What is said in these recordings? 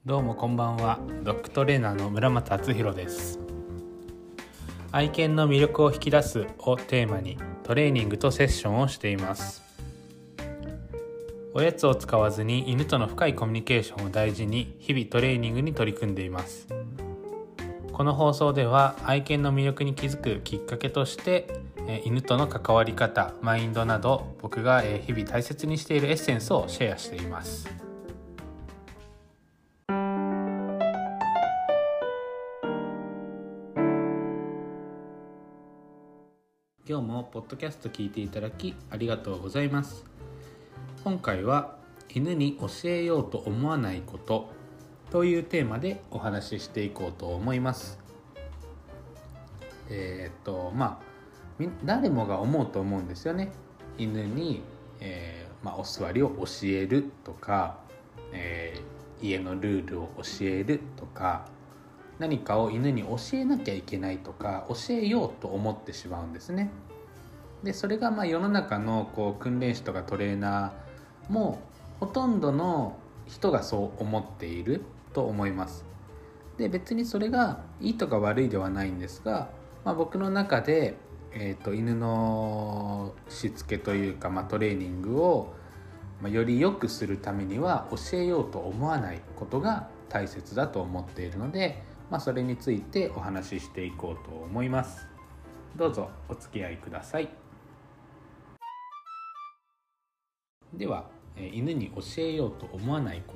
どうもこんばんは。ドッグトレーナーの村松敦弘です。愛犬の魅力を引き出すをテーマにトレーニングとセッションをしています。おやつを使わずに犬との深いコミュニケーションを大事に日々トレーニングに取り組んでいます。この放送では愛犬の魅力に気づくきっかけとして犬との関わり方、マインドなど僕が日々大切にしているエッセンスをシェアしています。今日もポッドキャスト聞いていただきありがとうございます。今回は犬に教えようと思わないことというテーマでお話ししていこうと思います。誰もが思うと思うんですよね。犬に、お座りを教えるとか、家のルールを教えるとか、何かを犬に教えなきゃいけないとか教えようと思ってしまうんですね。でそれが世の中の訓練士とかトレーナーもほとんどの人がそう思っていると思います。で別にそれがいいとか悪いではないんですが、僕の中で、犬のしつけというか、トレーニングを、より良くするためには教えようと思わないことが大切だと思っているので、それについてお話ししていこうと思います。どうぞお付き合いください。では、犬に教えようと思わないこと、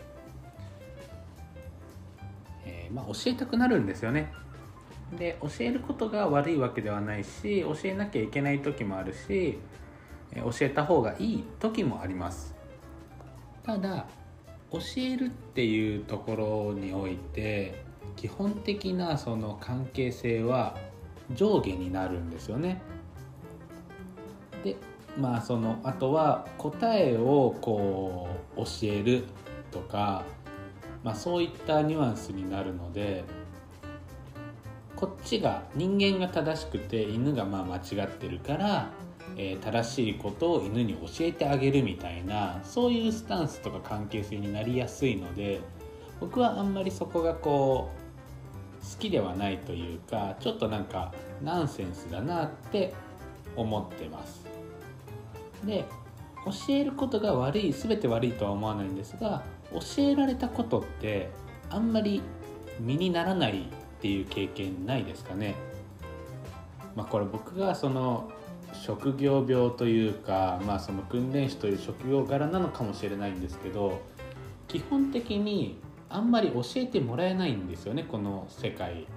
教えたくなるんですよね。で教えることが悪いわけではないし、教えなきゃいけない時もあるし、教えた方がいい時もあります。ただ教えるっていうところにおいて基本的なその関係性は上下になるんですよね。であとは答えを教えるとか、そういったニュアンスになるので、こっちが人間が正しくて犬が間違ってるから、正しいことを犬に教えてあげるみたいな、そういうスタンスとか関係性になりやすいので、僕はあんまりそこが好きではないというか、ちょっとナンセンスだなって思ってます。で教えることが全て悪いとは思わないんですが、教えられたことってあんまり身にならないっていう経験ないですかね。これ僕がその職業病というか、その訓練士という職業柄なのかもしれないんですけど、基本的にあんまり教えてもらえないんですよね、この世界って。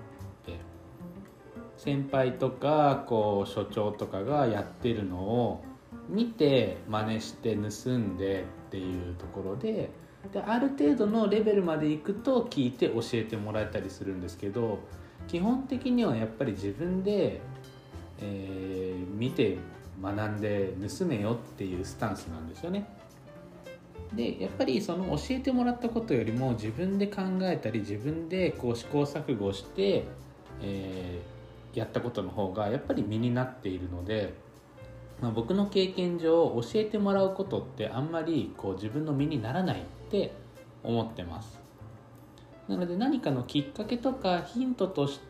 先輩とか所長とかがやってるのを見て真似して盗んでっていうところで、ある程度のレベルまで行くと聞いて教えてもらえたりするんですけど、基本的にはやっぱり自分で、見て学んで盗めよっていうスタンスなんですよね。でやっぱりその教えてもらったことよりも自分で考えたり自分で試行錯誤して、やったことの方がやっぱり身になっているので、僕の経験上教えてもらうことってあんまり自分の身にならないって思ってます。なので何かのきっかけとかヒントとして、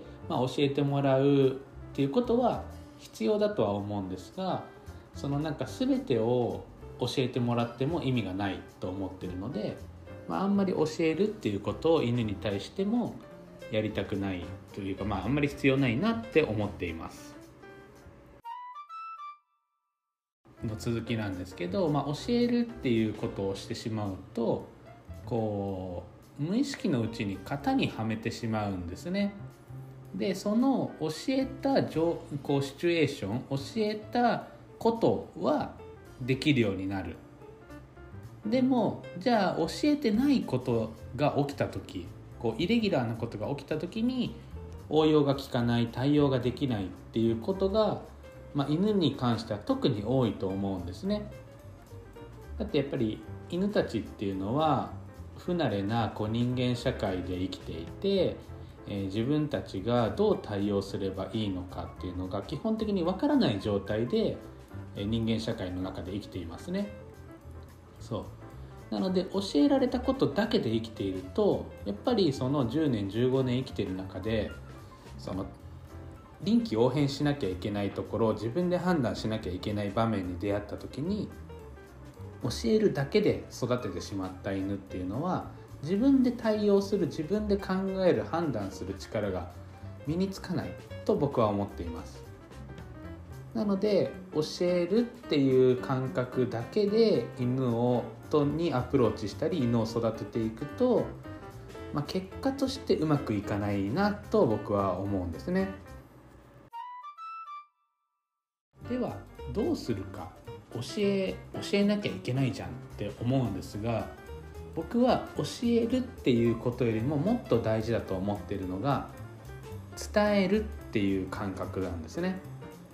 教えてもらうっていうことは必要だとは思うんですが、その全てを教えてもらっても意味がないと思ってるので、あんまり教えるっていうことを犬に対してもやりたくないというか、あんまり必要ないなって思っています。の続きなんですけど、教えるっていうことをしてしまうと無意識のうちに型にはめてしまうんですね。でその教えたシチュエーション、教えたことはできるようになる。でもじゃあ教えてないことが起きた時、イレギュラーなことが起きた時に応用が効かない、対応ができないっていうことが、犬に関しては特に多いと思うんですね。だってやっぱり犬たちっていうのは不慣れな人間社会で生きていて、自分たちがどう対応すればいいのかっていうのが基本的にわからない状態で人間社会の中で生きていますね。 なので教えられたことだけで生きていると、やっぱりその10年15年生きている中で、その臨機応変しなきゃいけないところを自分で判断しなきゃいけない場面に出会った時に、教えるだけで育ててしまった犬っていうのは、自分で対応する、自分で考える、判断する力が身につかないと僕は思っています。なので教えるっていう感覚だけで犬にアプローチしたり犬を育てていくと、結果としてうまくいかないなと僕は思うんですね。ではどうするか、教えなきゃいけないじゃんって思うんですが、僕は教えるっていうことよりももっと大事だと思っているのが、伝えるっていう感覚なんですね。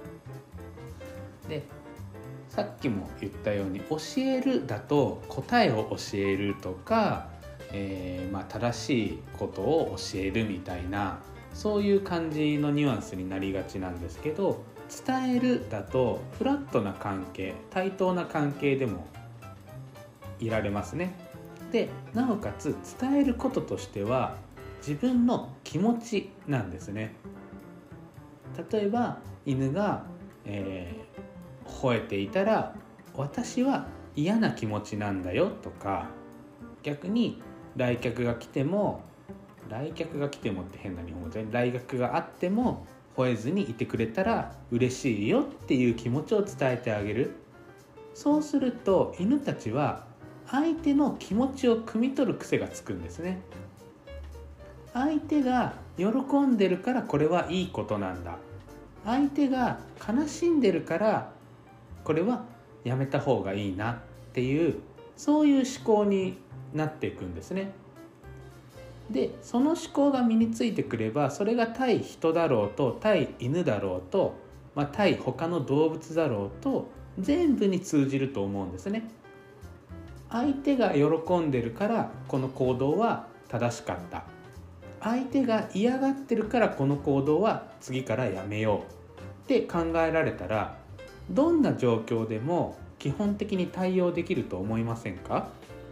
で、さっきも言ったように、教えるだと答えを教えるとか、正しいことを教えるみたいな、そういう感じのニュアンスになりがちなんですけど、伝えるだとフラットな関係、対等な関係でもいられますね。で、なおかつ伝えることとしては自分の気持ちなんですね。例えば犬が、吠えていたら、私は嫌な気持ちなんだよとか、逆に来客が来てもって変な日本語で、来客があっても吠えずにいてくれたら嬉しいよっていう気持ちを伝えてあげる。そうすると犬たちは相手の気持ちを汲み取る癖がつくんですね。相手が喜んでるからこれはいいことなんだ、相手が悲しんでるからこれはやめた方がいいなっていう、そういう思考になっていくんですね。で、その思考が身についてくれば、それが対人だろうと対犬だろうと、対他の動物だろうと全部に通じると思うんですね。相手が喜んでるからこの行動は正しかった、相手が嫌がってるからこの行動は次からやめようって考えられたら、どんな状況でも基本的に対応できると思いませんか？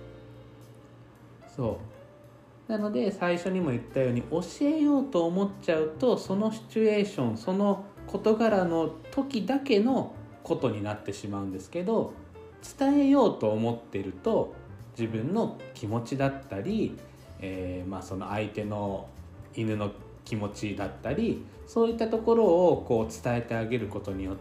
そうなので、最初にも言ったように、教えようと思っちゃうと、そのシチュエーション、その事柄の時だけのことになってしまうんですけど、伝えようと思っていると自分の気持ちだったり、その相手の犬の気持ちだったり、そういったところを伝えてあげることによって、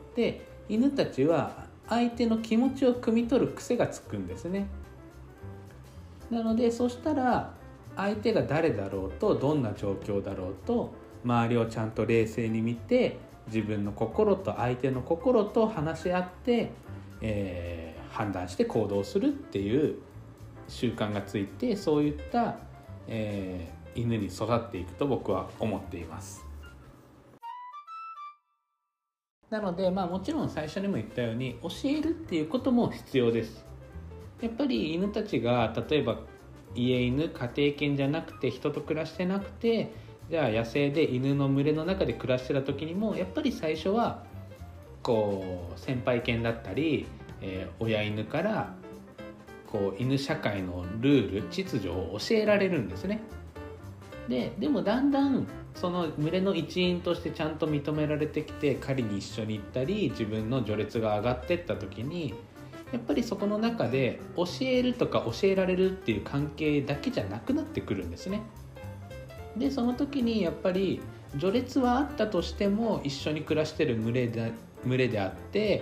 犬たちは相手の気持ちを汲み取る癖がつくんですね。なので、そしたら相手が誰だろうと、どんな状況だろうと、周りをちゃんと冷静に見て、自分の心と相手の心と話し合って、判断して行動するっていう習慣がついて、そういった、犬に育っていくと僕は思っています。なので、もちろん最初にも言ったように、教えるっていうことも必要です。やっぱり犬たちが、例えば家犬、家庭犬じゃなくて人と暮らしてなくて、じゃあ野生で犬の群れの中で暮らしてた時にも、やっぱり最初は先輩犬だったり、親犬から犬社会のルール、秩序を教えられるんですね。でもだんだんその群れの一員としてちゃんと認められてきて、狩りに一緒に行ったり、自分の序列が上がっていった時に、やっぱりそこの中で教えるとか教えられるっていう関係だけじゃなくなってくるんですね。で、その時にやっぱり序列はあったとしても、一緒に暮らしてる群れであって、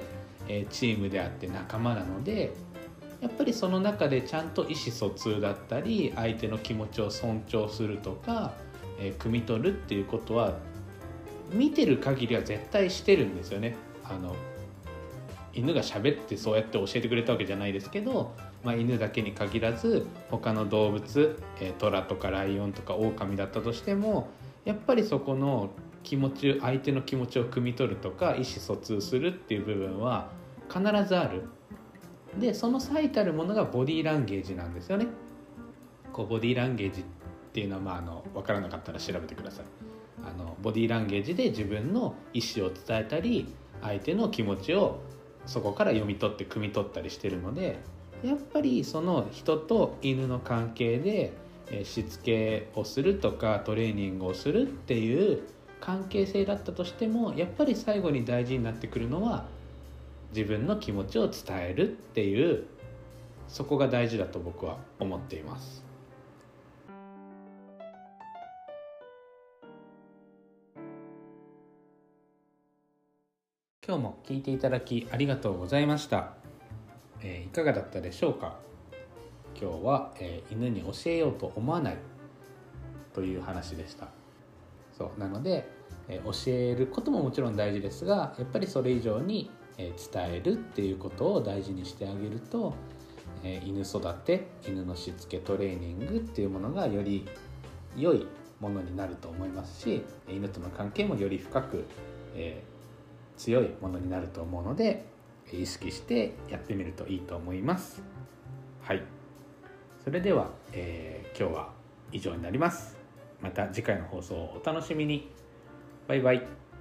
チームであって仲間なので、やっぱりその中でちゃんと意思疎通だったり、相手の気持ちを尊重するとか、汲み取るっていうことは見てる限りは絶対してるんですよね。犬が喋ってそうやって教えてくれたわけじゃないですけど、犬だけに限らず他の動物、トラとかライオンとかオオカミだったとしても、やっぱりそこの気持ち、相手の気持ちを汲み取るとか意思疎通するっていう部分は必ずある。で、その最たるものがボディーランゲージなんですよね。ボディーランゲージっていうのは、分からなかったら調べてください。ボディーランゲージで自分の意思を伝えたり、相手の気持ちをそこから読み取って汲み取ったりしてるので、 やっぱりその人と犬の関係でしつけをするとかトレーニングをするっていう関係性だったとしても、やっぱり最後に大事になってくるのは自分の気持ちを伝えるっていう、そこが大事だと僕は思っています。今日も聞いていただきありがとうございました。いかがだったでしょうか。今日は、犬に教えようと思わないという話でした。そうなので、教えることももちろん大事ですが、やっぱりそれ以上に、伝えるっていうことを大事にしてあげると、犬育て、犬のしつけトレーニングっていうものがより良いものになると思いますし、犬との関係もより深く、強いものになると思うので、意識してやってみるといいと思います。はい、それでは、今日は以上になります。また次回の放送をお楽しみに。バイバイ。